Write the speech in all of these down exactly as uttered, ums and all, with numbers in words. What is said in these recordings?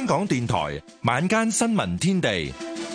港電台晚間新聞天地，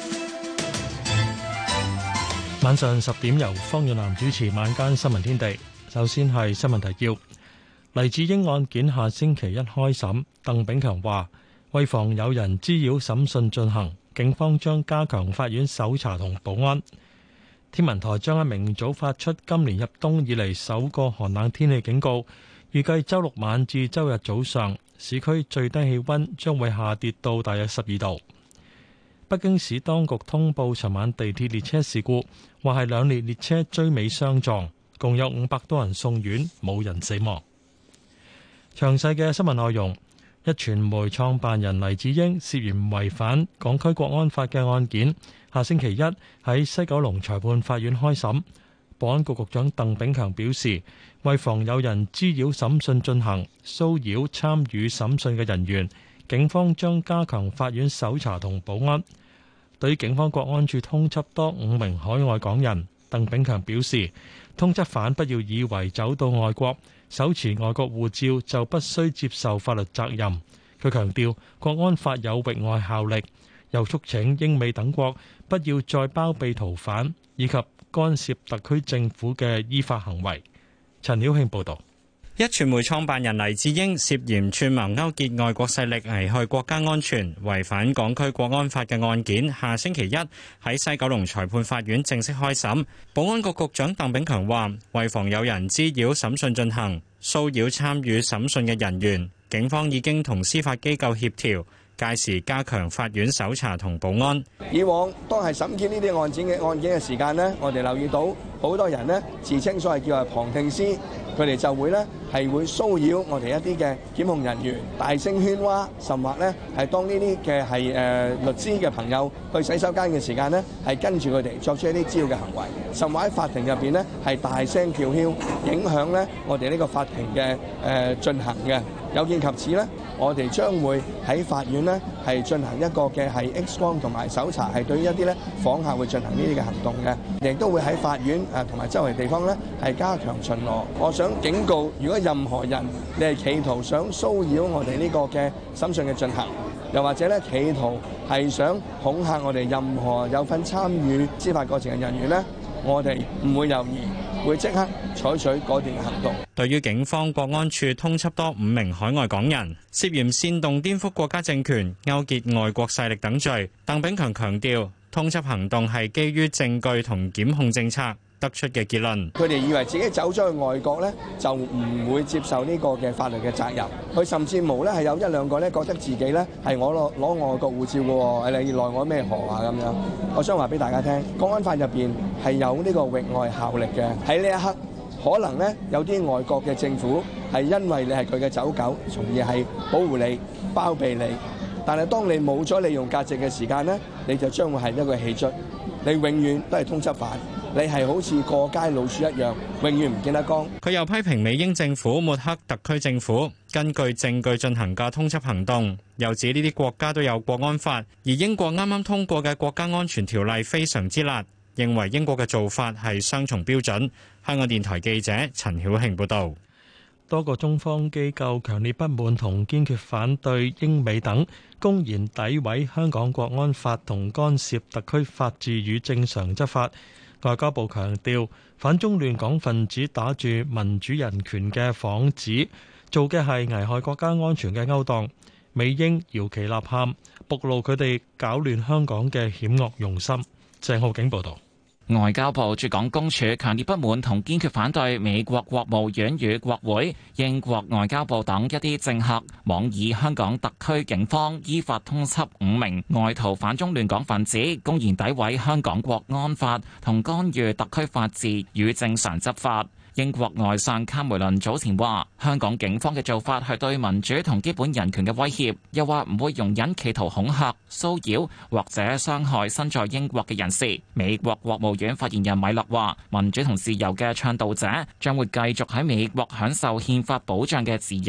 晚上十點由方遠南主持晚間新聞天地。首先係新聞提要：黎智英案件下星期一開審，鄧炳強話為防有人滋擾審訊進行，警方將加強法院搜查同保安。天文台將喺明早發出今年入冬以嚟首個寒冷天氣警告，預計周六晚至周日早上市區最低氣溫將會下跌到大約十二度。北京市當局通報尋晚地鐵列車事故，話係兩列列車追尾相撞，共有五百多人送院，冇人死亡。詳細嘅新聞內容。一傳媒創辦人黎智英涉嫌違反港區國安法嘅案件，下星期一喺西九龍裁判法院開審。保安局局長鄧炳強表示，為防有人滋擾審訊進行、騷擾參與審訊嘅人員，警方將加強法院搜查同保安。對於警方國安處通緝多五名海外港人，鄧炳強表示，通緝犯不要以為走到外國手持外國護照就不需接受法律責任。佢強調國安法有域外效力，又促請英美等國不要再包庇逃犯以及干涉特區政府嘅依法行為。陳曉慶報導。 一傳媒創辦人黎智英涉嫌串謀勾結外國勢力危害國家安全、違反港區國安法嘅案件，下星期一喺西九龍裁判法院正式開審。保安局局長鄧炳強話，為防有人滋擾審訊進行、騷擾參與審訊嘅人員，警方已經同司法機構協調，屆時加強法院搜查同保安。 以往當係審結呢啲案件嘅案件嘅時間呢，我哋留意到好多人呢自稱所謂叫係旁聽師，佢哋就會呢係會騷擾我哋一啲嘅檢控人員，大聲喧嘩，甚或呢係當呢啲嘅係誒律師嘅朋友去洗手間嘅時間呢，係跟住佢哋作出一啲滋擾嘅行為，甚或喺法庭入邊呢係大聲叫囂，影響呢我哋呢個法庭嘅誒進行嘅。有見及此呢，我哋將會喺法院呢係進行一個嘅係 X 光同埋搜查，係對於一啲咧訪客會進行呢啲嘅行動嘅，亦都會喺法院誒同埋周圍地方呢係加強巡邏。我想警告，如果任何人你係企圖想騷擾我哋呢個嘅審訊嘅進行，又或者咧企圖係想恐嚇我哋任何有份參與司法過程嘅人員呢，我哋唔會猶豫，會即刻採取果斷嘅行動。 對於警方國安處通緝多五名海外港人，涉嫌煽動顛覆國家政權、勾結外國勢力等罪，鄧炳強強調，通緝行動係基於證據同檢控政策得出嘅結論。 佢哋以為自己走咗去外國呢，就唔會接受呢個嘅法律嘅責任。佢甚至無呢係有一兩個呢覺得自己呢係我攞攞外國護照嘅喎，你奈我咩何啊咁樣。我想話俾大家聽，國安法入邊係有呢個域外效力嘅。喺呢一刻，可能呢有啲外國嘅政府係因為你係佢嘅走狗，從而係保護你、包庇你。但係當你冇咗利用價值嘅時間呢，你就將會係一個棄卒，你永遠都係通緝犯。你係好似過街老鼠一樣，永遠唔見得光。 佢又批評美英政府抹黑特區政府根據證據進行嘅通緝行動，又指呢啲國家都有國安法，而英國啱啱通過嘅國家安全條例非常之辣，認為英國嘅做法係雙重標準。香港電台記者陳曉慶報導。 多個中方機構強烈不滿同堅決反對英美等公然詆毀香港國安法同干涉特區法治與正常執法。外交部強調，反中亂港分子打住民主人權嘅幌子，做嘅係危害國家安全嘅勾當。美英搖旗吶喊，暴露佢哋搞亂香港嘅險惡用心。鄭浩景報導。 外交部駐港公署強烈不滿同堅決反對美國國務院與國會、英國外交部等一啲政客妄議香港特區警方依法通緝五名外逃反中亂港分子，公然詆毀香港國安法同干預特區法治與正常執法。英國外相卡梅倫早前話，香港警方嘅做法係對民主同基本人權嘅威脅，又話唔會容忍企圖恐嚇、騷擾或者傷害身在英國嘅人士。美國國務院發言人米勒話，民主同自由嘅倡導者將會繼續喺美國享受憲法保障嘅自由。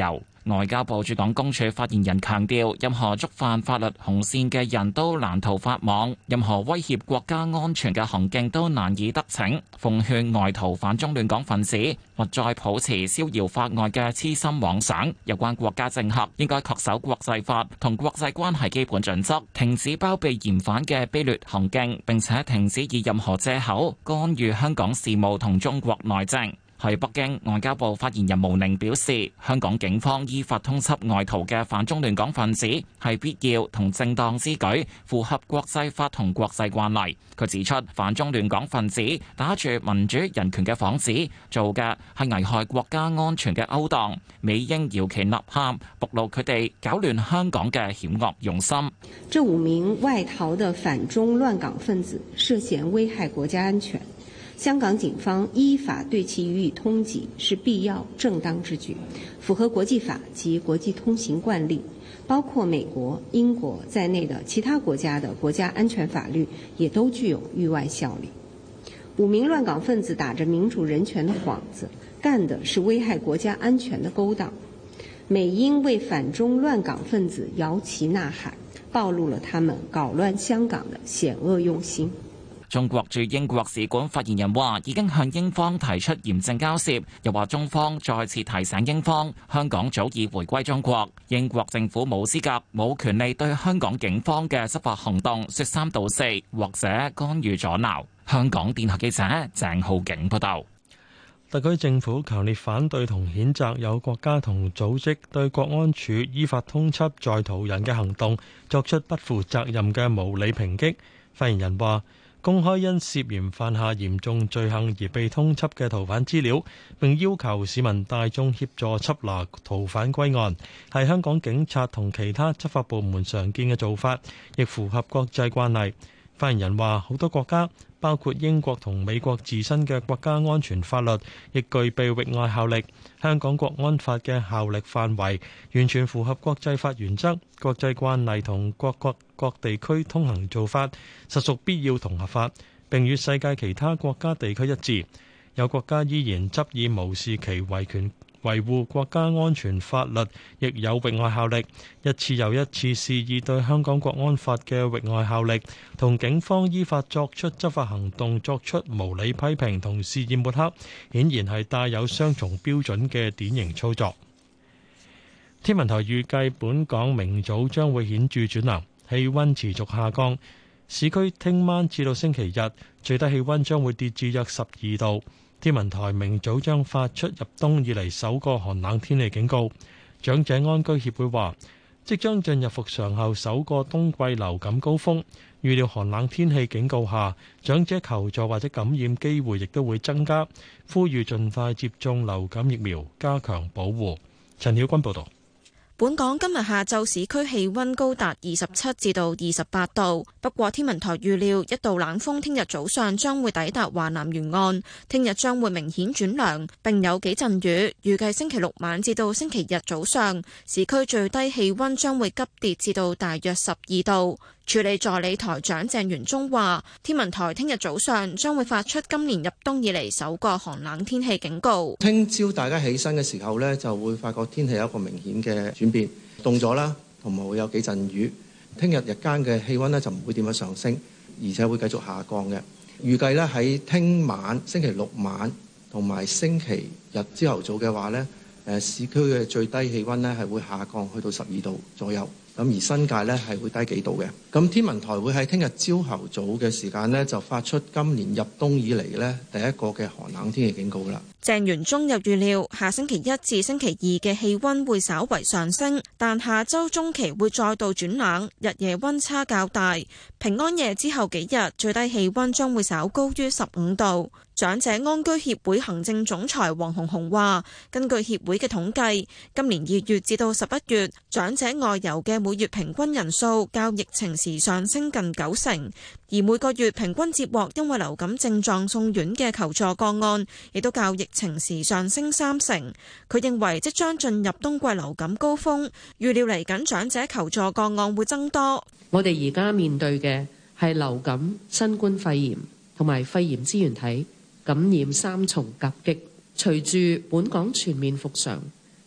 外交部駐港公署發言人強調，任何觸犯法律紅線嘅人都難逃法網，任何威脅國家安全嘅行徑都難以得逞。奉勸外逃反中亂港分子或再抱持逍遙法外嘅痴心妄想，有關國家政客應該恪守國際法同國際關係基本準則，停止包庇嫌犯嘅卑劣行徑，並且停止以任何藉口干預香港事務同中國內政。喺北京，外交部發言人毛寧表示，香港警方依法通緝外逃嘅反中亂港分子係必要同正當之舉，符合國際法同國際慣例。佢指出，反中亂港分子打住民主人權嘅幌子，做嘅係危害國家安全嘅勾當，美應搖旗吶喊，暴露佢哋搞亂香港嘅險惡用心。 這五名外逃的反中亂港分子涉嫌危害國家安全，香港警方依法對其予以通緝是必要正當之舉，符合國際法及國際通行慣例，包括美國、英國在內的其他國家的國家安全法律也都具有域外效力。五名亂港分子打着民主人權的幌子，幹的是危害國家安全的勾當，美英為反中亂港分子搖旗吶喊，暴露了他們搞亂香港的險惡用心。 中國駐英國使館發言人話，已經向英方提出嚴正交涉，又話中方再次提醒英方，香港早已回歸中國，英國政府冇資格、冇權利對香港警方嘅執法行動說三道四，或者干預阻撓。香港電台記者鄭浩景報道。 特區政府強烈反對同譴責有國家同組織對國安處依法通緝在逃人嘅行動作出不負責任嘅無理抨擊。發言人話，公開因涉嫌犯下嚴重罪行而被通緝嘅逃犯資料，並要求市民大眾協助緝拿逃犯歸案，係香港警察同其他執法部門常見嘅做法，亦符合國際慣例。發言人話，好多國家包括英國同美國自身嘅國家安全法律，亦具備域外效力。香港國安法嘅效力範圍完全符合國際法原則、國際慣例同各國各地區通行做法，實屬必要同合法，並與世界其他國家地區一致。有國家依然執意無視其維權維護國家安全法律，亦有域外效力，一次又一次肆意對香港國安法嘅域外效力同警方依法作出執法行動作出無理批評同肆意抹黑，顯然係帶有雙重標準嘅典型操作。天文台預計本港明早將會顯著轉涼，氣溫持續下降，市區聽晚至到星期日最低氣溫將會跌至約十二度。天文台明早將發出入冬以嚟首個寒冷天氣警告。長者安居協會話，即將進入復常後首個冬季流感高峰，預料寒冷天氣警告下，長者求助或者感染機會亦都會增加，呼籲盡快接種流感疫苗，加強保護。陳曉君報導。 本港今日下晝市區氣溫高達二十七至到二十八度，不過天文台預料一道冷鋒聽日早上將會抵達華南沿岸，聽日將會明顯轉涼，並有幾陣雨。預計星期六晚至到星期日早上，市區最低氣溫將會急跌至到大約十二度。署理助理台長鄭元忠話，天文台聽日早上將會發出今年入冬以嚟首個寒冷天氣警告。 聽朝大家起身嘅時候呢，就會發覺天氣有一個明顯嘅轉變，凍咗啦，同埋會有幾陣雨。聽日日間嘅氣溫呢，就唔會點樣上升，而且會繼續下降嘅。預計呢，喺聽晚、星期六晚同埋星期日朝頭早嘅話呢，誒市區嘅最低氣溫呢，係會下降去到十二度左右。咁而新界呢係會低幾度嘅。咁天文台會喺聽日朝頭早嘅時間呢，就發出今年入冬以嚟呢第一個嘅寒冷天氣警告啦。 鄭元忠又預料下星期一至星期二嘅氣溫會稍為上升，但下週中期會再度轉冷，日夜溫差較大。平安夜之後幾日最低氣溫將會稍高於十五度。長者安居協會行政總裁黃紅紅話，根據協會嘅統計，今年二月至到十一月，長者外遊嘅每月平均人數較疫情時上升近九成，而每個月平均接獲因為流感症狀送院嘅求助個案，亦都較疫情時上升三成。佢認為即將進入冬季流感高峰，預料嚟緊長者求助個案會增多。 我哋而家面對嘅係流感、新冠肺炎同埋肺炎支原體感染三重夾擊，隨住本港全面復常，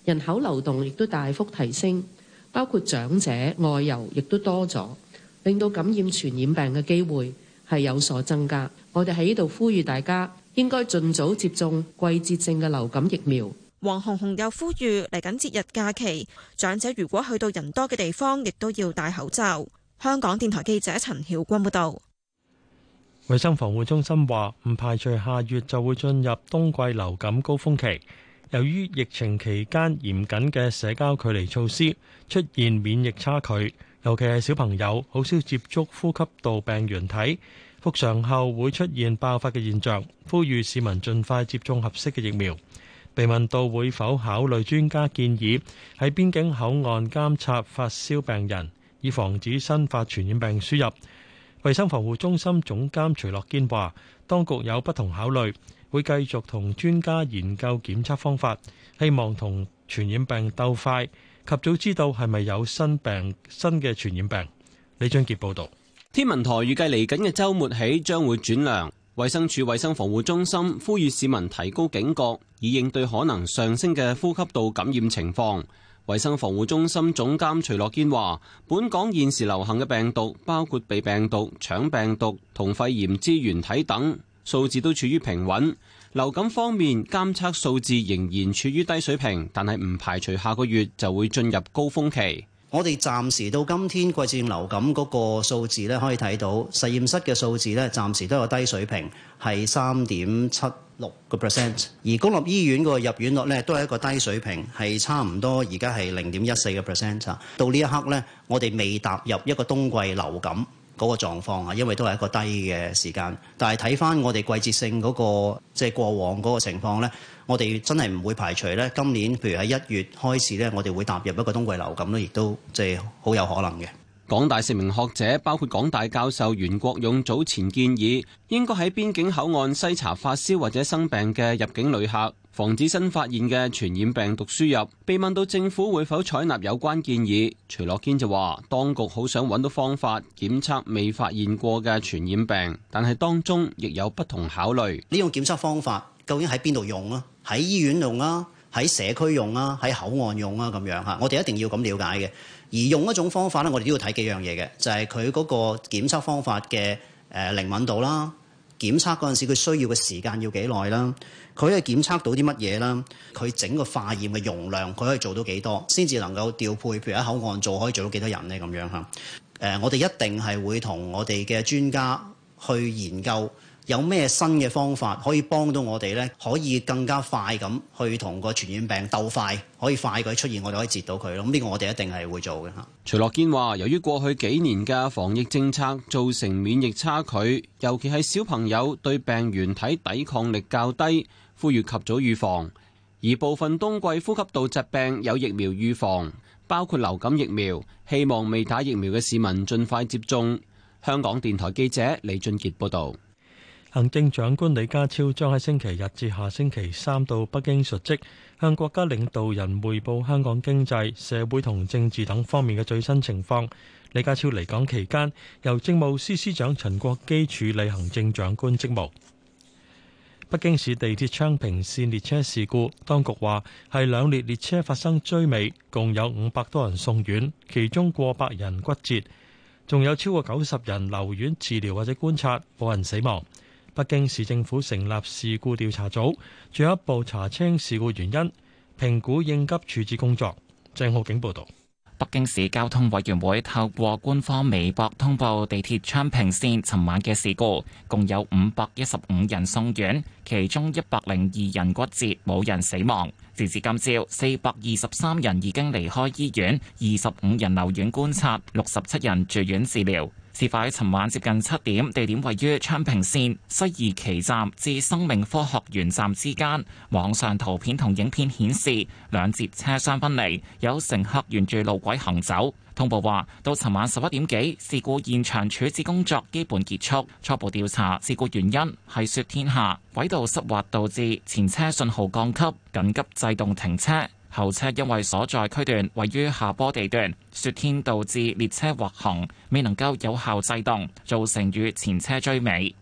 人口流動亦都大幅提升，包括長者外遊亦都多咗，令到感染傳染病嘅機會係有所增加。我哋喺呢度呼籲大家應該盡早接種季節性嘅流感疫苗。 黃紅紅又呼籲嚟緊節日假期，長者如果去到人多嘅地方，亦都要戴口罩。香港電台記者陳曉君報道。 衛生防護中心話，唔排除下月就會進入冬季流感高峰期。由於疫情期間嚴謹嘅社交距離措施，出現免疫差距，尤其係小朋友好少接觸呼吸道病原體，復常後會出現爆發嘅現象，呼籲市民盡快接種合適嘅疫苗。被問到會否考慮專家建議喺邊境口岸監察發燒病人，以防止新發傳染病輸入，衛生防護中心總監徐樂堅話，當局有不同考慮，會繼續同專家研究檢測方法，希望同傳染病鬥快，及早知道係咪有新病新嘅傳染病。李俊傑報導。 天文台預計嚟緊嘅週末起將會轉涼。衛生署衛生防護中心呼籲市民提高警覺，以應對可能上升嘅呼吸道感染情況。衛生防護中心總監徐樂堅話，本港現時流行嘅病毒包括鼻病毒、腸病毒同肺炎支原體等，數字都處於平穩。流感方面，監測數字仍然處於低水平，但係唔排除下個月就會進入高峰期。 我哋暫時到今天季節性流感嗰個數字咧，可以睇到實驗室嘅數字咧，暫時都有低水平，係三點七六個 percent。而公立醫院個入院率咧，都係一個低水平，係差唔多而家係零點一四個 percent。到呢一刻咧，我哋未踏入一個冬季流感嗰個狀況啊，因為都係一個低嘅時間。但係睇翻我哋季節性嗰個即係過往嗰個情況咧，我哋真係唔會排除咧，今年譬如喺一月開始咧，我哋會踏入一個冬季流感咧，亦都即係好有可能嘅。 港大四名學者，包括港大教授袁國勇，早前建議應該喺邊境口岸篩查發燒或者生病嘅入境旅客，防止新發現嘅傳染病毒輸入。被問到政府會否採納有關建議，徐樂堅就話：當局好想揾到方法檢測未發現過嘅傳染病，但係當中亦有不同考慮。 呢種檢測方法究竟喺邊度用啊？喺醫院用啊？喺社區用啊？喺口岸用啊？咁樣嚇，我哋一定要咁了解嘅。而用一種方法咧，我哋都要睇幾樣嘢嘅，就係佢嗰個檢測方法嘅誒靈敏度啦，檢測嗰陣時佢需要嘅時間要幾耐啦，佢可以檢測到啲乜嘢啦，佢整個化驗嘅容量佢可以做到幾多，先至能夠調配，譬如喺口岸做可以做到幾多人呢？咁樣嚇。誒，我哋一定係會同我哋嘅專家去研究。有咩新嘅方法可以幫到我哋呢？可以更加快咁去同個傳染病鬥快，可以快佢出現，我哋可以截到佢咯。咁呢個我哋一定係會做嘅嚇。 徐樂堅話：由於過去幾年嘅防疫政策造成免疫差距，尤其係小朋友對病原體抵抗力較低，呼籲及早預防。而部分冬季呼吸道疾病有疫苗預防，包括流感疫苗。希望未打疫苗嘅市民盡快接種。香港電台記者李俊傑報導。 行政長官李家超將喺星期日至下星期三到北京述職，向國家領導人匯報香港經濟、社會同政治等方面嘅最新情況。李家超離港期間，由政務司司長陳國基處理行政長官職務。北京市地鐵昌平線列車事故，當局話係兩列列車發生追尾，共有五百多人送院，其中過百人骨折，仲有超過九十人留院治療或者觀察，冇人死亡。北京市政府成立事故調查組，進一步查清事故原因，評估應急處置工作。鄭浩景報道。 北京市交通委員會透過官方微博通報地鐵昌平線尋晚嘅事故，共有五百一十五人送院，其中一百零二人骨折，冇人死亡。截至今朝，四百二十三人已經離開醫院，二十五人留院觀察，六十七人住院治療。事發喺尋晚接近七點，地點位於昌平線西二旗站至生命科學園站之間。網上圖片同影片顯示，兩節車廂分離，有乘客沿住路軌行走。通報話，到尋晚十一點幾，事故現場處置工作基本結束，初步調查事故原因係雪天下軌道濕滑導致前車信號降級，緊急制動停車。後車因為所在區段位於下坡地段，雪天導致列車滑行，未能夠有效制動，造成與前車追尾。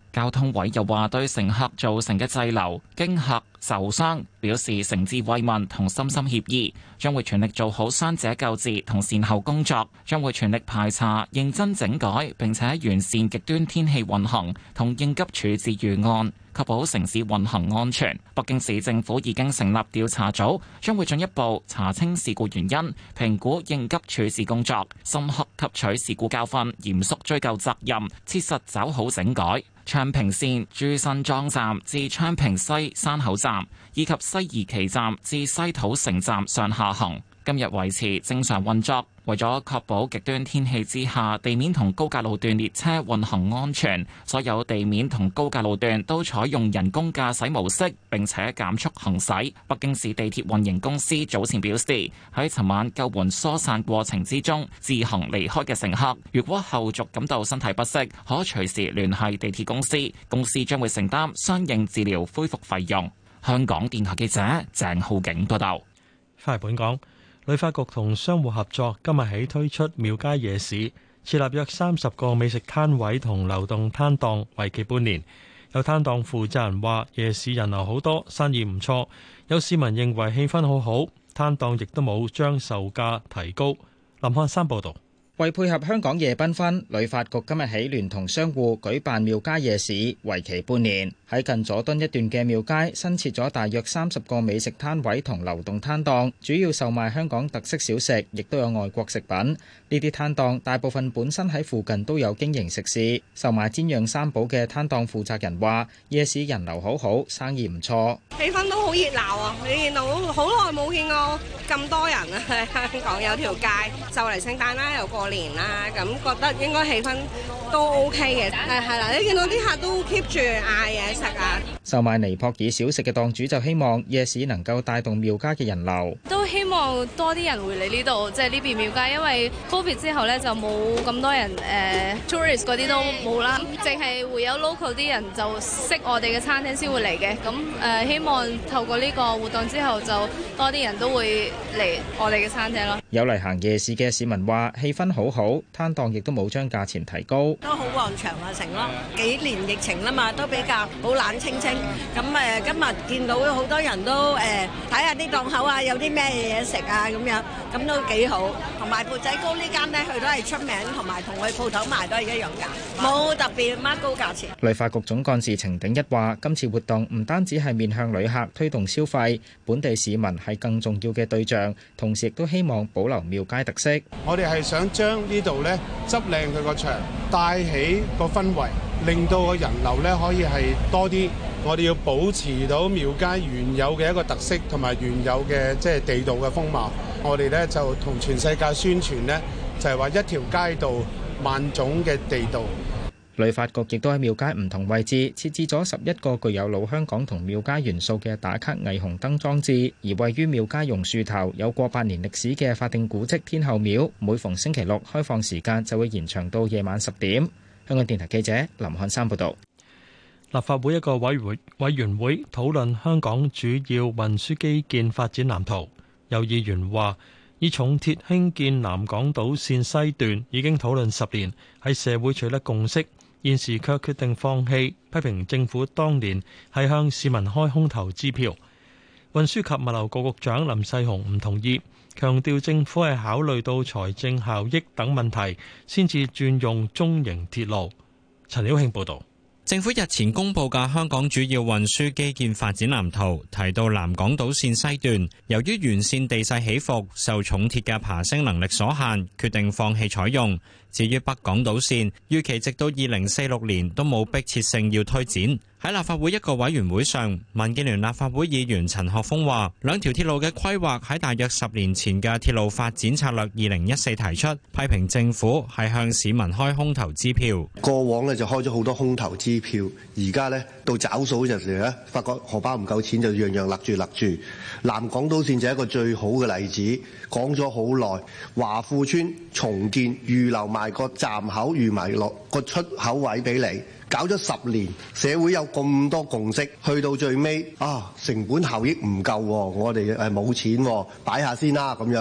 交通委又話對乘客造成嘅滯留、驚嚇、受傷表示誠摯慰問同深深歉意，將會全力做好傷者救治同善後工作，將會全力排查、認真整改並且完善極端天氣運行同應急處置預案，確保城市運行安全。北京市政府已經成立調查組，將會進一步查清事故原因，評估應急處置工作，深刻吸取事故教訓，嚴肅追究責任，切實找好整改。昌平線珠新莊站至昌平西山口站以及西二旗站至西土城站上下行今日維持正常運作。為咗確保極端天氣之下地面同高架路段列車運行安全，所有地面同高架路段都採用人工駕駛模式，並且減速行駛。北京市地鐵運營公司早前表示，喺尋晚救援疏散過程之中，自行離開嘅乘客，如果後續感到身體不適，可隨時聯繫地鐵公司，公司將會承擔相應治療恢復費用。香港電台記者鄭浩景報道。 翻嚟本港。旅發局同商戶合作，今日起推出廟街夜市，設立約三十個美食攤位同流動攤檔，為期半年。有攤檔負責人話，夜市人流好多，生意唔錯。有市民認為氣氛好好，攤檔亦都冇將售價提高。林漢山報導。 為配合香港夜繽紛，旅發局今日起聯同商戶舉辦廟街夜市，為期半年。喺近佐敦一段嘅廟街，新設咗大約三十個美食攤位同流動攤檔，主要售賣香港特色小食，亦都有外國食品。呢啲攤檔大部分本身喺附近都有經營食肆。售賣煎釀三寶嘅攤檔負責人話：夜市人流好好，生意唔錯， 氣氛都好熱鬧啊！你見到好耐冇見過咁多人啊！喺香港有條街就嚟聖誕啦，又過年啦，咁覺得應該氣氛都 OK 嘅。誒係啦，你見到啲客都 keep 住嗌嘢食啊！ 售賣尼泊爾小食嘅檔主就希望夜市能夠帶動廟街嘅人流， 都希望多啲人會嚟呢度，即係呢邊廟街，因為 Covid 之後咧就冇咁多人誒 tourist 嗰啲都冇啦，淨係會有 local 啲人就識我哋嘅餐廳先會嚟嘅。咁誒希望透過呢個活動之後，就多啲人都會嚟我哋嘅餐廳咯。 有嚟行夜市嘅市民話：氣氛好好，攤檔亦都冇將價錢提高， 都好旺場啊成咯。幾年疫情啦嘛，都比較好冷清清。咁誒今日見到好多人都誒睇下啲檔口啊，有啲咩嘢食啊咁樣，咁都幾好。同埋缽仔糕呢間呢，佢都係出名，同埋同佢鋪頭賣都係一樣價，冇特別掹高價錢。 旅發局總幹事程鼎一話：今次活動唔單止係面向旅客推動消費，本地市民係更重要嘅對象，同時亦都希望保留廟街特色。 我哋係想將呢度呢執靚佢個場，帶起個氛圍，令到個人流呢可以係多啲。我哋要保持到廟街原有嘅一個特色，同埋原有嘅即係地道嘅風貌。我哋呢就同全世界宣傳呢，就係話一條街道萬種嘅地道。 旅發局亦都喺廟街唔同位置設置咗十一個具有老香港同廟街元素嘅打卡霓虹燈裝置，而位於廟街榕樹頭有過百年歷史嘅法定古蹟天后廟，每逢星期六開放時間就會延長到夜晚十點。香港電台記者林漢山報導。 立法會一個委員委員會討論香港主要運輸基建發展藍圖，有議員話：以重鐵興建南港島線西段已經討論十年，喺社會取得共識，現時卻決定放棄，批評政府當年係向市民開空頭支票。運輸及物流局局長林世雄唔同意，強調政府係考慮到財政效益等問題，先至轉用中型鐵路。陳曉慶報導。 政府日前公布嘅香港主要運輸基建發展藍圖提到，南港島線西段由於沿線地勢起伏，受重鐵嘅爬升能力所限，決定放棄採用。至於北港島線，預期直到二零四六年都冇迫切性要推展。喺立法會一個委員會上，民建聯立法會議員陳學鋒話：兩條鐵路嘅規劃喺大約十年前嘅鐵路發展策略二零一四提出，批評政府係向市民開空頭支票。 過往呢就開咗好多空頭支票，而家呢到找數嗰陣時咧，發覺荷包唔夠錢就樣樣勒住勒住。南港島線就係一個最好嘅例子，講咗好耐，華富村重建預留埋個站口，預埋落個出口位俾你。搞咗十年，社會有咁多共識，去到最尾啊，成本效益唔夠，我哋誒冇錢，擺下先啦咁樣。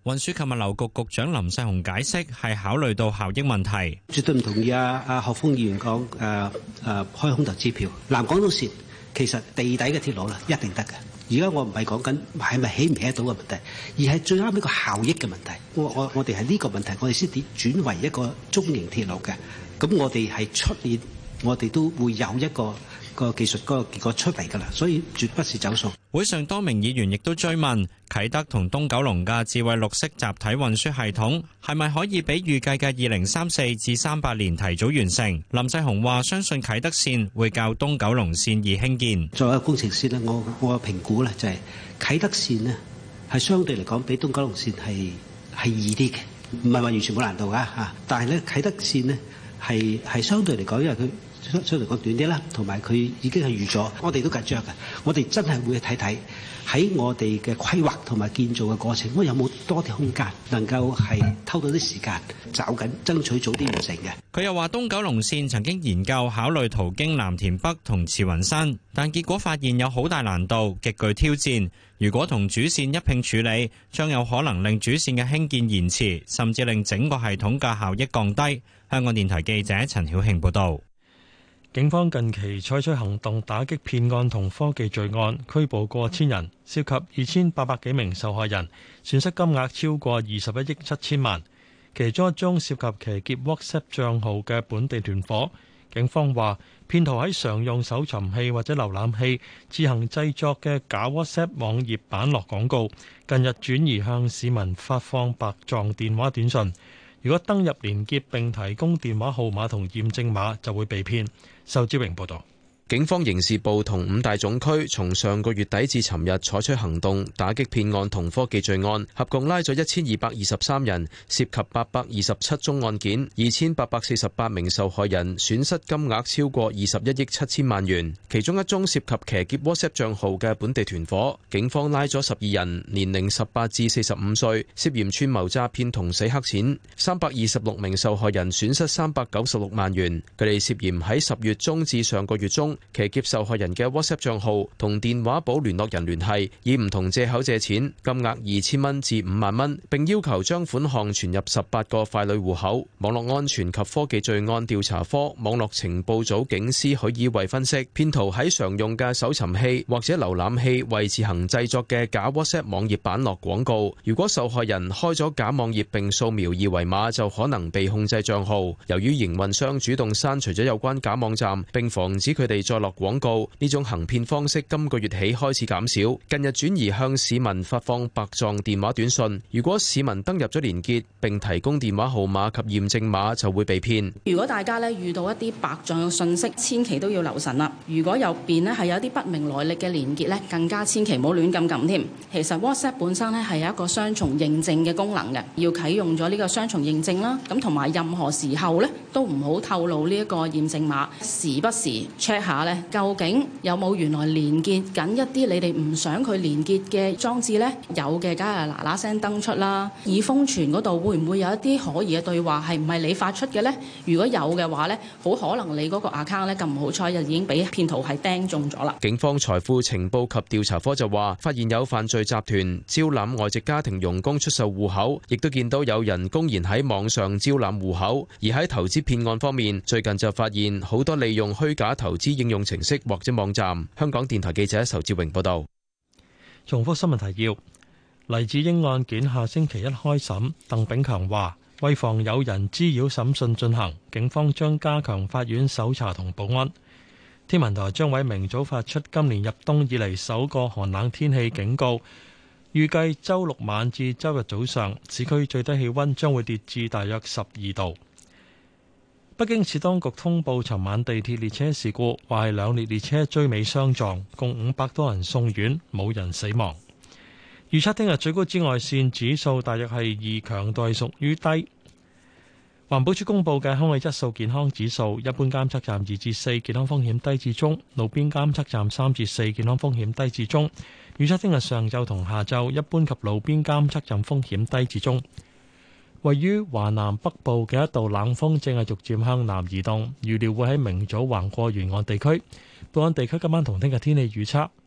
運輸及物流局局長林世雄解釋係考慮到效益問題。 絕對唔同意啊！阿何鋒議員講誒誒開空頭支票，南港島線其實地底嘅鐵路啦一定得嘅。而家我唔係講緊係咪起唔起得到嘅問題，而係最啱一個效益嘅問題。我我我哋係呢個問題，我哋先至轉為一個中型鐵路嘅。咁我哋係出年，我哋都會有一個個技術嗰個結果出嚟㗎啦，所以絕不是走數。 會上多名議員亦都追問啟德同東九龍嘅智慧綠色集體運輸系統係咪可以比預計嘅二零三四至三八年提早完成？林世雄話：相信啟德線會較東九龍線易興建。 作為一個工程師咧，我我嘅評估咧就係啟德線呢係相對嚟講比東九龍線係係易啲嘅，唔係話完全冇難度㗎嚇。但係咧啟德線呢係係相對嚟講，因為佢相對嚟講短啲啦，同埋佢已經係預咗，我哋都緊張嘅。我哋真係會睇睇喺我哋嘅規劃同埋建造嘅過程，我有冇多啲空間能夠係偷到啲時間，找緊爭取早啲完成嘅。 佢又話：東九龍線曾經研究考慮途經藍田北同慈雲山，但結果發現有好大難度，極具挑戰。如果同主線一併處理，將有可能令主線嘅興建延遲，甚至令整個系統嘅效益降低。香港電台記者陳曉慶報導。 警方近期採取行動打擊騙案同科技罪案，拘捕過千人，涉及二千八百幾名受害人，損失金額超過二十一億七千萬。其中一宗涉及騎劫 WhatsApp 帳號嘅本地團伙，警方話騙徒喺常用搜尋器或者瀏覽器自行製作嘅假 WhatsApp 網頁版落廣告，近日轉移向市民發放白撞電話短信。如果登入連結並提供電話號碼同驗證碼，就會被騙。仇志榮報導。 警方刑事部同五大總區從上個月底至尋日採取行動，打擊騙案同科技罪案，合共拉咗一千二百二十三人，涉及八百二十七宗案件，二千八百四十八名受害人，損失金額超過二十一億七千萬元。其中一宗涉及騎劫 WhatsApp 帳號嘅本地團伙，警方拉咗十二人，年齡十八至四十五歲，涉嫌串謀詐騙同洗黑錢。三百二十六名受害人損失三百九十六萬元。佢哋涉嫌喺十月中至上個月中，騎劫受害人嘅 WhatsApp 賬號同電話簿聯絡人聯繫，以唔同借口借錢，金額二千蚊至五萬蚊，並要求將款項存入十八個傀儡戶口。網絡安全及科技罪案調查科網絡情報組警司許以慧分析，騙徒喺常用嘅搜尋器或者瀏覽器為自行製作嘅假 WhatsApp 網頁版落廣告。如果受害人開咗假網頁並掃描二維碼，就可能被控制賬號。由於營運商主動刪除咗有關假網站，並防止佢哋再落廣告，呢種行騙方式今個月起開始減少，近日轉移向市民發放白撞電話短信。如果市民登入咗連結並提供電話號碼及驗證碼，就會被騙。 如果大家咧遇到一啲白撞嘅信息，千祈都要留神啦。如果入邊咧係有啲不明來歷嘅連結咧，更加千祈唔好亂咁撳添。其實 WhatsApp 本身咧係有一個雙重認證嘅功能嘅，要啟用咗呢個雙重認證啦。咁同埋任何時候咧都唔好透露呢一個驗證碼，時不時 check 下咧。究竟有冇原來連結緊一啲你哋唔想佢連結嘅裝置呢？有嘅，梗係嗱嗱聲登出啦。已封存嗰度會唔會有一啲可疑嘅對話係唔係你發出嘅呢？如果有嘅話呢，好可能你嗰個 account 呢咁唔好彩就已經俾騙徒係釘中咗啦。 警方財富情報及調查科就話，發現有犯罪集團招攬外籍家庭傭工出售戶口，亦都見到有人公然喺網上招攬戶口。而喺投資騙案方面，最近就發現好多利用虛假投資應用程式或者網站。香港電台記者仇志榮報道。 重複新聞提要：黎智英案件下星期一開審，鄧炳強話為防有人滋擾審訊進行，警方將加強法院搜查同保安。天文台將喺明早發出今年入冬以嚟首個寒冷天氣警告，預計周六晚至周日早上市區最低氣溫將會跌至大約十二度。北京市當局通報尋晚地鐵列車事故，話係兩列列車追尾相撞，共五百多人送院，冇人死亡。預測聽日最高紫外線指數大約係二，強度屬於低。環保署公布嘅空氣質素健康指數，一般監測站二至四，健康風險低至中；路邊監測站三至四，健康風險低至中。預測聽日上晝同下晝，一般及路邊監測站風險低至中。位於華南北部嘅一道冷鋒正係逐漸向南移動，預料會喺明早橫過沿岸地區。本港地區今晚同聽日天氣預測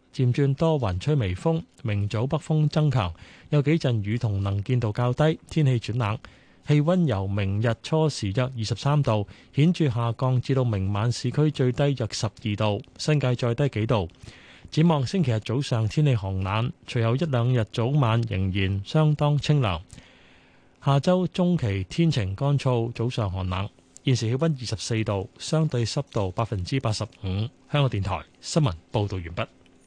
漸轉多雲，吹微風，明早北風增強，有幾陣雨同能見度較低，天氣轉冷。氣溫由明日初時約二十三度，顯著下降至到明晚市區最低約十二度，新界再低幾度。展望星期日早上天氣寒冷，隨後一兩日早晚仍然相當清涼。下周中期天晴乾燥，早上寒冷。現時氣溫二十四度，相對濕度百分之八十五。香港電台新聞報道完畢。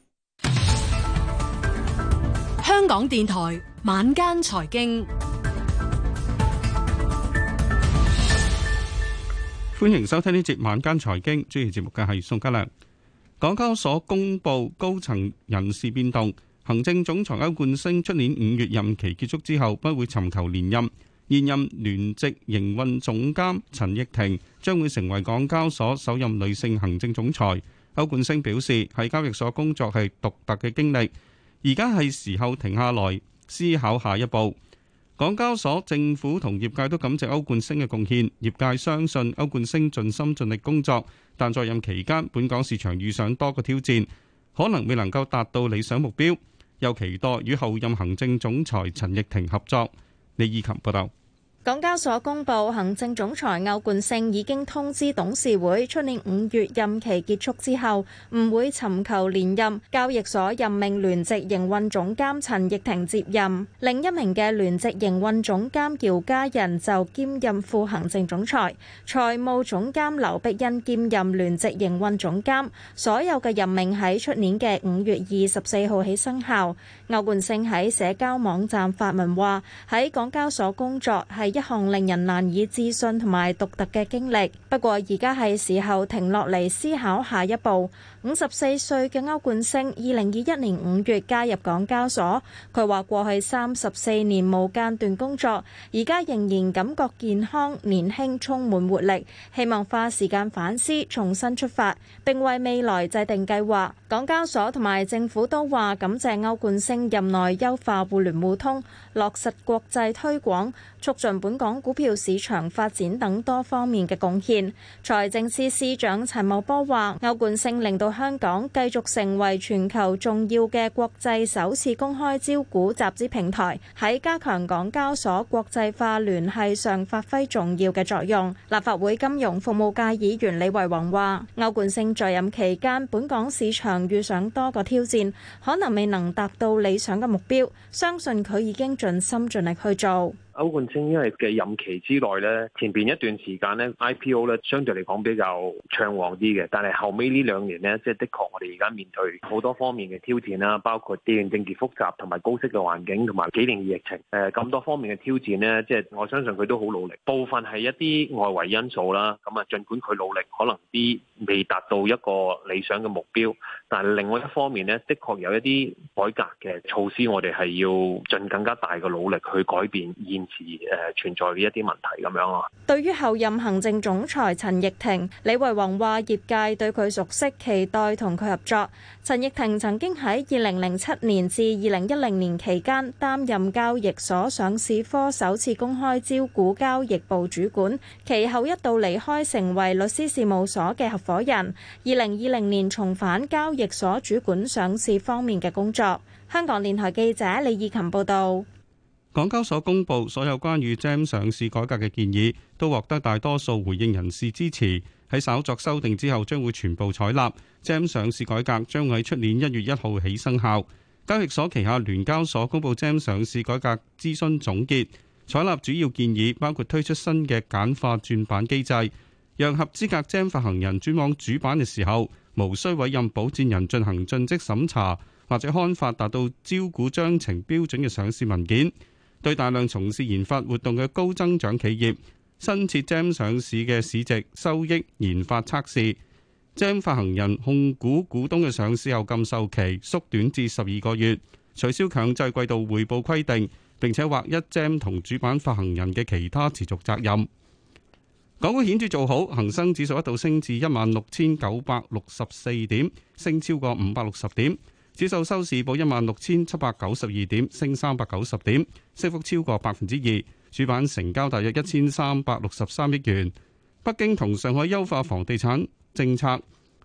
香港電台晚間財經。 歡迎收聽呢節晚間財經，主持節目嘅係宋家良。港交所公布高層人事變動，行政總裁歐冠昇出年五月任期結束之後不會尋求連任，現任聯席營運總監陳翊庭將會成為港交所首任女性行政總裁。歐冠昇表示，喺交易所工作係獨特嘅經歷，而家係時候停下來思考下一步。港交所、政府同業界都感謝歐冠昇嘅貢獻，業界相信歐冠昇盡心盡力工作，但在任期間本港市場遇上多個挑戰，可能未能夠達到理想目標，又期待與後任行政總裁陳翊庭合作。李以琴報道。 港交所公布，行政總裁歐冠昇已經通知董事會，出年五月任期結束之後唔會尋求連任。交易所任命聯席營運總監陳翊庭接任，另一名嘅聯席營運總監姚嘉仁就兼任副行政總裁，財務總監劉碧欣兼任聯席營運總監。所有嘅任命喺出年嘅五月二十四號起生效。歐冠昇喺社交網站發文話，喺港交所工作係一項令人難以置信同埋獨特嘅經歷，不過而家係時候停落嚟思考下一步。五十四歲嘅歐冠昇，二零二一年五月加入港交所。佢話過去三十四年冇間斷工作，而家仍然感覺健康、年輕、充滿活力，希望花時間反思，重新出發，並為未來制定計劃。港交所同埋政府都話感謝歐冠昇任內優化互聯互通、落實國際推廣、促進本港股票市場發展等多方面嘅貢獻。財政司司長陳茂波話，歐冠昇令到香港繼續成為全球重要嘅國際首次公開招股集資平台，喺加強港交所國際化聯繫上發揮重要嘅作用。立法會金融服務界議員李惟宏話，歐冠昇在任期間，本港市場遇上多個挑戰，可能未能達到理想嘅目標，相信佢已經盡心盡力去做。 歐冠昇因為嘅任期之內咧，前邊一段時間咧 I P O 咧相對嚟講比較暢旺啲嘅，但係後尾呢兩年咧，即係的確我哋而家面對好多方面嘅挑戰啦，包括地緣政治複雜同埋高息嘅環境，同埋幾年嘅疫情，誒咁多方面嘅挑戰咧，即係我相信佢都好努力。部分係一啲外圍因素啦，咁啊，儘管佢努力，可能啲未達到一個理想嘅目標，但係另外一方面咧，的確有一啲改革嘅措施，我哋係要盡更加大嘅努力去改變現時誒存在嘅一啲問題咁樣咯。 對於後任行政總裁陳翊庭，李惟宏話業界對佢熟悉，期待同佢合作。陳翊庭曾經喺二零零七年至二零一零年期間擔任交易所上市科首次公開招股交易部主管，其後一度離開成為律師事務所嘅合夥人。二零二零年重返交易所主管上市方面嘅工作。香港電台記者李以琴報道。 港交所公布所有關於 J E M 上市改革嘅建議，都獲得大多數回應人士支持。喺稍作修訂之後，將會全部採納。J E M 上市改革將會喺出年一月一號起生效。交易所旗下聯交所公布 J E M 上市改革諮詢總結，採納主要建議，包括推出新嘅簡化轉板機制，讓合資格 J E M 發行人轉往主板嘅時候，無需委任保薦人進行盡職審查，或者刊發達到招股章程標準嘅上市文件。對大量從事研發活動嘅高增長企業，新設 J E M 上市嘅市值、收益、研發測試。J E M 發行人控股股東嘅上市後禁售期縮短至十二個月，取消強制季度匯報規定，並且劃一 J E M 同主板發行人嘅其他持續責任。港股顯著做好，恒生指數一度升至一萬六千九百六十四點，升超過五百六十點。指數收市報一萬六千七百九十二點，升三百九十點，升幅超過百分之二。主板成交大約一千三百六十三億元。北京同上海優化房地產政策，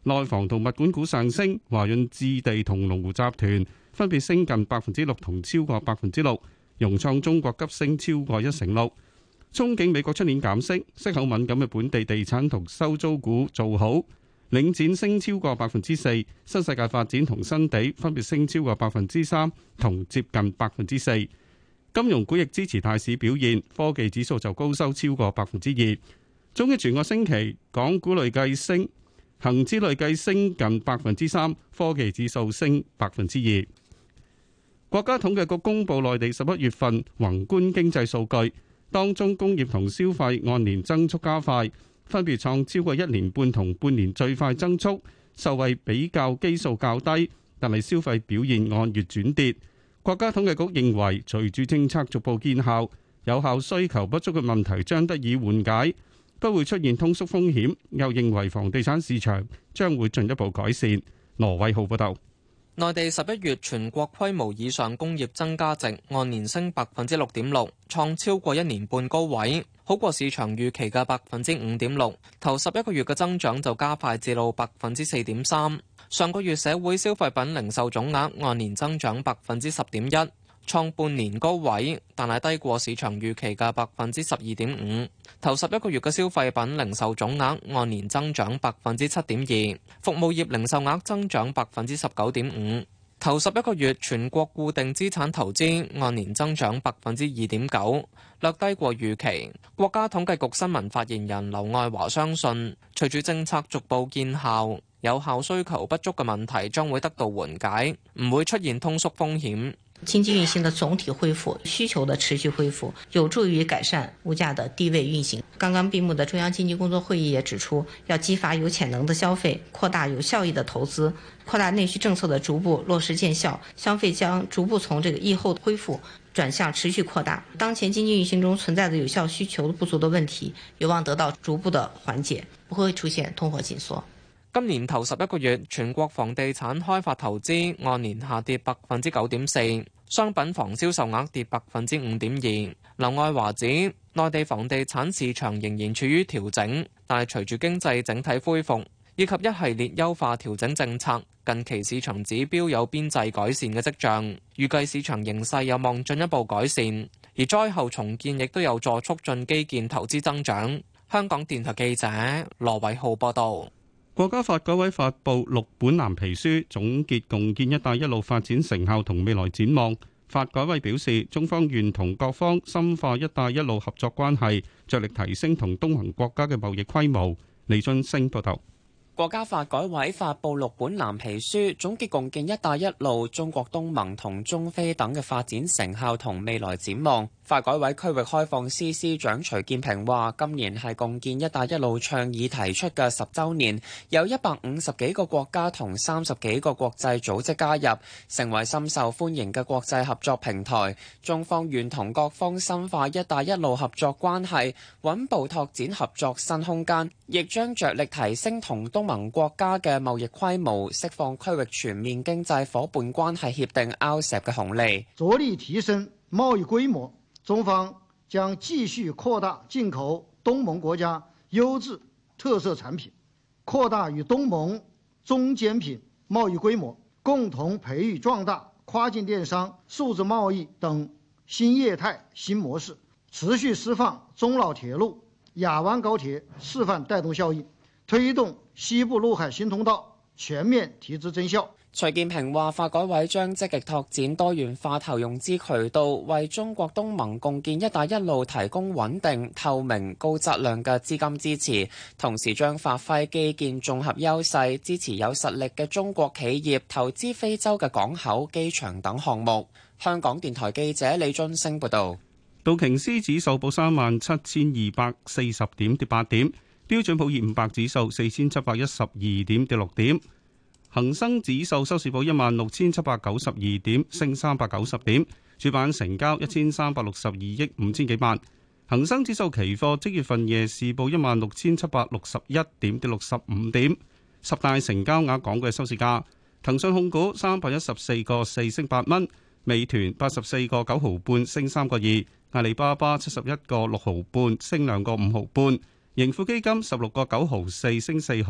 內房同物管股上升，華潤置地同龍湖集團分別升近百分之六同超過百分之六，融創中國急升超過一成六。憧憬美國出年減息，息口敏感嘅本地地產同收租股做好，領展升超過百分之四，新世界發展同新地分別升超過百分之三同接近百分之四。金融股亦支持大市表現，科技指數就高收超過百分之二。總結全個星期，港股累計升，恒指累計升近百分之三，科技指數升百分之二。國家統計局公布內地十一月份宏觀經濟數據，當中工業同消費按年增速加快，分別創超過一年半同半年最快增速，受惠比較基數較低，但係消費表現按月轉跌。國家統計局認為，隨住政策逐步見效，有效需求不足嘅問題將得以緩解，不會出現通縮風險。又認為房地產市場將會進一步改善。羅偉浩報道。 內地十一月全國規模以上工業增加值按年升百分之六點六，創超過一年半高位，好過市場預期嘅百分之五點六。頭十一個月嘅增長就加快至到百分之四點三。上個月社會消費品零售總額按年增長百分之十點一，創半年高位，但係低過市場預期嘅百分之十二點五。頭十一個月嘅消費品零售總額按年增長百分之七點二，服務業零售額增長百分之十九點五。頭十一個月全國固定資產投資按年增長百分之二點九，略低過預期。國家統計局新聞發言人劉愛華相信，隨住政策逐步見效，有效需求不足嘅問題將會得到緩解，唔會出現通縮風險。 經濟運行的總體恢復，需求的持續恢復，有助於改善物價的低位運行。剛剛閉幕的中央經濟工作會議也指出，要激發有潛能的消費，擴大有效益的投資，擴大內需政策的逐步落實見效，消費將逐步從這個疫後恢復轉向持續擴大。當前經濟運行中存在的有效需求不足的問題，有望得到逐步的緩解，不會出現通貨緊縮。 今年頭十一個月，全國房地產開發投資按年下跌百分之九點四，商品房銷售額跌百分之五點二。劉愛華指，內地房地產市場仍然處於調整，但係隨住經濟整體恢復以及一系列優化調整政策，近期市場指標有邊際改善嘅跡象，預計市場形勢有望進一步改善，而災後重建亦都有助促進基建投資增長。香港電台記者羅偉浩報道。 國家發改委發布六本藍皮書，總結共建“一帶一路”發展成效同未來展望。發改委表示，中方願同各方深化“一帶一路”合作關係，着力提升同東盟國家嘅貿易規模。李俊升報道。 國家發改委發布六本藍皮書，總結共建“一帶一路”中國東盟同中非等嘅發展成效同未來展望。發改委區域開放司司長徐建平話：今年係共建“一帶一路”倡議提出嘅十週年，有一百五十幾個國家同三十幾個國際組織加入，成為深受歡迎嘅國際合作平台。中方願同各方深化“一帶一路”合作關係，穩步拓展合作新空間，亦將着力提升同東盟國家嘅貿易規模，釋放區域全面經濟夥伴關係協定 R C E P 嘅紅利， 着力提升貿易規模。中方將繼續擴大進口東盟國家優質特色產品，擴大與東盟中間品貿易規模，共同培育壯大跨境電商、數字貿易等新業態新模式，持續釋放中老鐵路、亞灣高鐵示範帶動效應，推動西部陸海新通道全面提質增效。 徐建平話：發改委將積極拓展多元化投融資渠道，為中國東盟共建“一帶一路”提供穩定、透明、高質量嘅資金支持，同時將發揮基建綜合優勢，支持有實力嘅中國企業投資非洲嘅港口、機場等項目。香港電台記者李津升報道。 道瓊斯指數報三萬七千二百四十點，跌八點；標準普爾五百指數四千七百一十二點，跌六點。恒生指數收市報一萬六千七百九十二點，升三百九十點。主板成交一千三百六十二億五千幾萬。恒生指數期貨即月份夜市報一萬六千七百六十一點，跌六十五點。十大成交額港股嘅收市價：騰訊控股三百一十四個四升八蚊，美團八十四個九毫半升三個二，阿里巴巴七十一個六毫半升兩個五毫半，盈富基金十六個九毫四升四毫。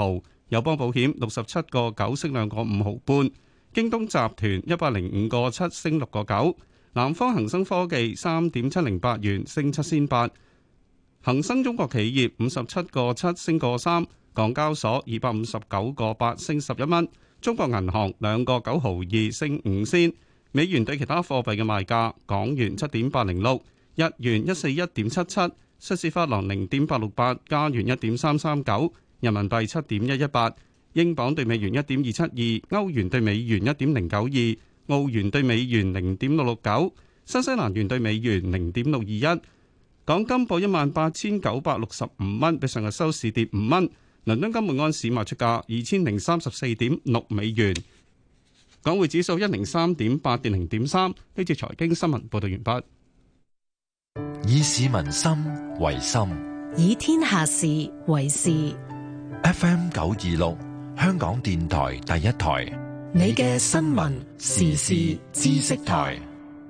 友邦保險六十七個九升兩個五毫半，京東集團一百零五個七升六個九，南方恒生科技三點七零八元升七仙八，恒生中國企業五十七個七升個三，港交所二百五十九個八升十一蚊，中國銀行兩個九毫二升五仙。美元對其他貨幣嘅賣價：港元七點八零六，日元一四一點七七，瑞士法郎零點八六八，加元一點三三九，人民幣七點一一八，英鎊對美元一點二七二，歐元對美元一點零九二，澳元對美元零點六六九，新西蘭元對美元零點六二一。港金報一萬八千九百六十五蚊，比上日收市跌五蚊。倫敦金每安士賣出價二千零三十四點六美元。港匯指數一零三點八跌零點三。呢節財經新聞報道完畢。 以市民心為心， 以天下事為事。 F M 九二六，香港電台第一台， 你嘅新聞時事知識台。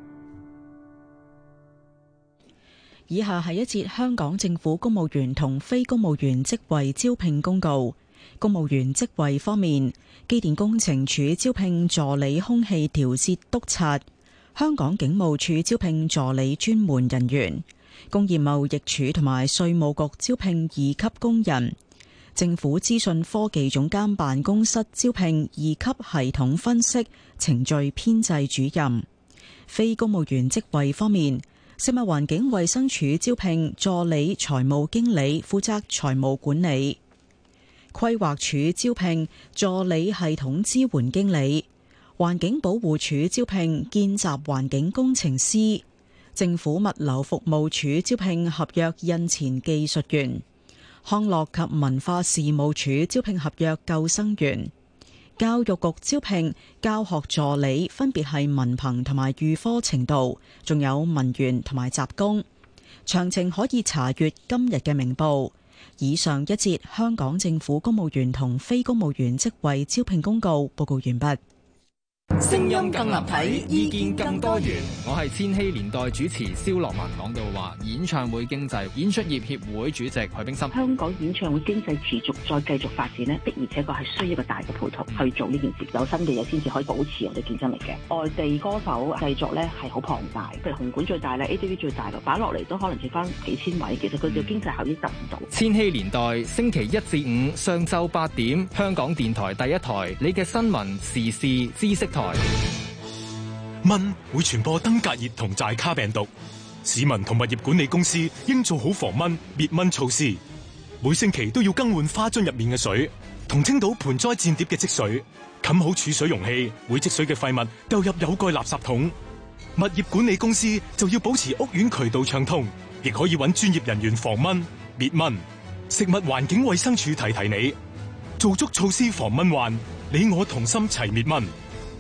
以下係一節香港政府公務員同非公務員職位招聘公告。公務員職位方面，機電工程署招聘助理空氣調節督察，香港警務處招聘助理專門人員，工業貿易署同埋稅務局招聘二級工人，政府資訊科技總監辦公室招聘二級系統分析程序編製主任。非公務員職位方面，食物環境衛生署招聘助理財務經理，負責財務管理。規劃署招聘助理系統支援經理，環境保護署招聘見習環境工程師，政府物流服務署招聘合約印錢技術員，康樂及文化事務署招聘合約救生員，教育局招聘教學助理，分別係文憑同埋預科程度，仲有文員同埋雜工。詳情可以查閱今日嘅明報。以上一節香港政府公務員同非公務員職位招聘公告報告完畢。 聲音更立體，意見更多元。我係千禧年代主持蕭樂文，講到話演唱會經濟，演出業協會主席許冰心。 香港演唱會經濟持續再繼續發展呢，的而且確係需要一個大嘅配套去做呢件事，有新嘅嘢先至可以保持我哋競爭力嘅。外地歌手製作呢係好龐大，譬如紅館最大咧 ，A T V 最大咯，擺落嚟都可能剩翻幾千位，其實佢嘅經濟效益得唔到。 千禧年代星期一至五上晝八點，香港電台第一台，你嘅新聞時事知識台。 蚊會傳播登革熱同寨卡病毒，市民同物業管理公司應做好防蚊滅蚊措施。每星期都要更換花樽入面嘅水，同清倒盆栽墊碟嘅積水，冚好儲水容器，會積水嘅廢物丟入有蓋垃圾桶。物業管理公司就要保持屋苑渠道暢通，亦可以揾專業人員防蚊滅蚊。食物環境衛生署提提你，做足措施防蚊患，你我同心齊滅蚊。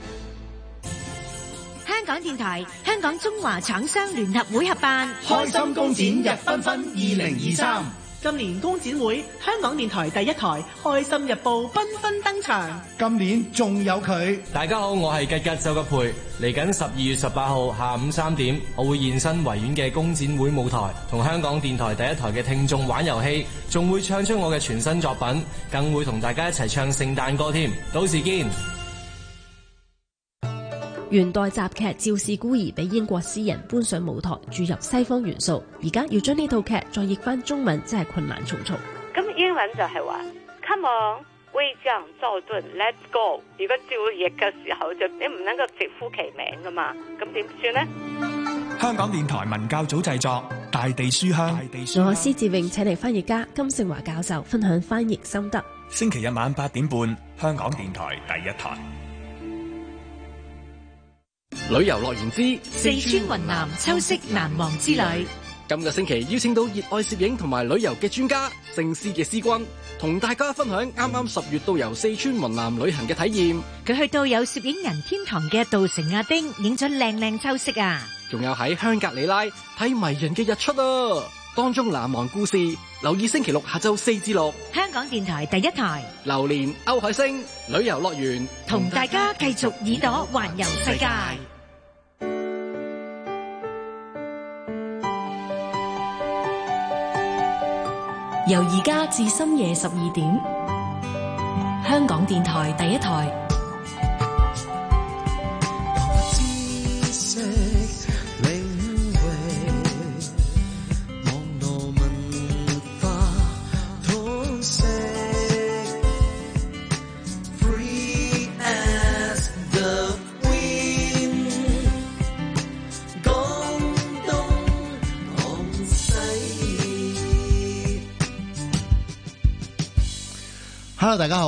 香港電台、香港中華廠商聯合會合辦開心工展日繽紛二零二三。 今年工展會，香港電台第一台《開心日報》繽紛登場。 今年仲有佢。 大家好，我係吉吉周吉培。嚟緊十二月十八號下午三點，我會現身維園嘅工展會舞台，同香港電台第一台嘅聽眾玩遊戲，仲會唱出我嘅全新作品，更會同大家一齊唱聖誕歌添。到時見。 元代雜劇《趙氏孤兒》俾英國詩人搬上舞台，注入西方元素。而家要將呢套劇再譯翻中文，真係困難重重。 咁英文就係話 Come on， 威將趙盾 ，Let's go。如果照譯嘅時候，就你唔能夠直呼其名噶嘛，咁點算呢？ 香港電台文教組製作《大地書香》， 我施志穎請嚟翻譯家金聖華教授分享翻譯心得。 星期日晚八點半，香港電台第一台。 旅遊樂園之四川雲南秋色難忘之旅， 今個星期邀請到熱愛攝影同埋旅遊嘅專家聖思嘅思君，同大家分享啱啱十月到遊四川雲南旅行嘅體驗。 佢去到有攝影人天堂嘅稻城亞丁，影咗靚靚秋色啊！ 仲有喺香格里拉睇迷人嘅日出啊！當中難忘故事，留意星期六下晝四至六， 香港電台第一台， 榴蓮歐海星旅遊樂園， 同大家繼續耳朵環遊世界。 由而家至深夜十二點， 香港電台第一台。 Hello， 大家好。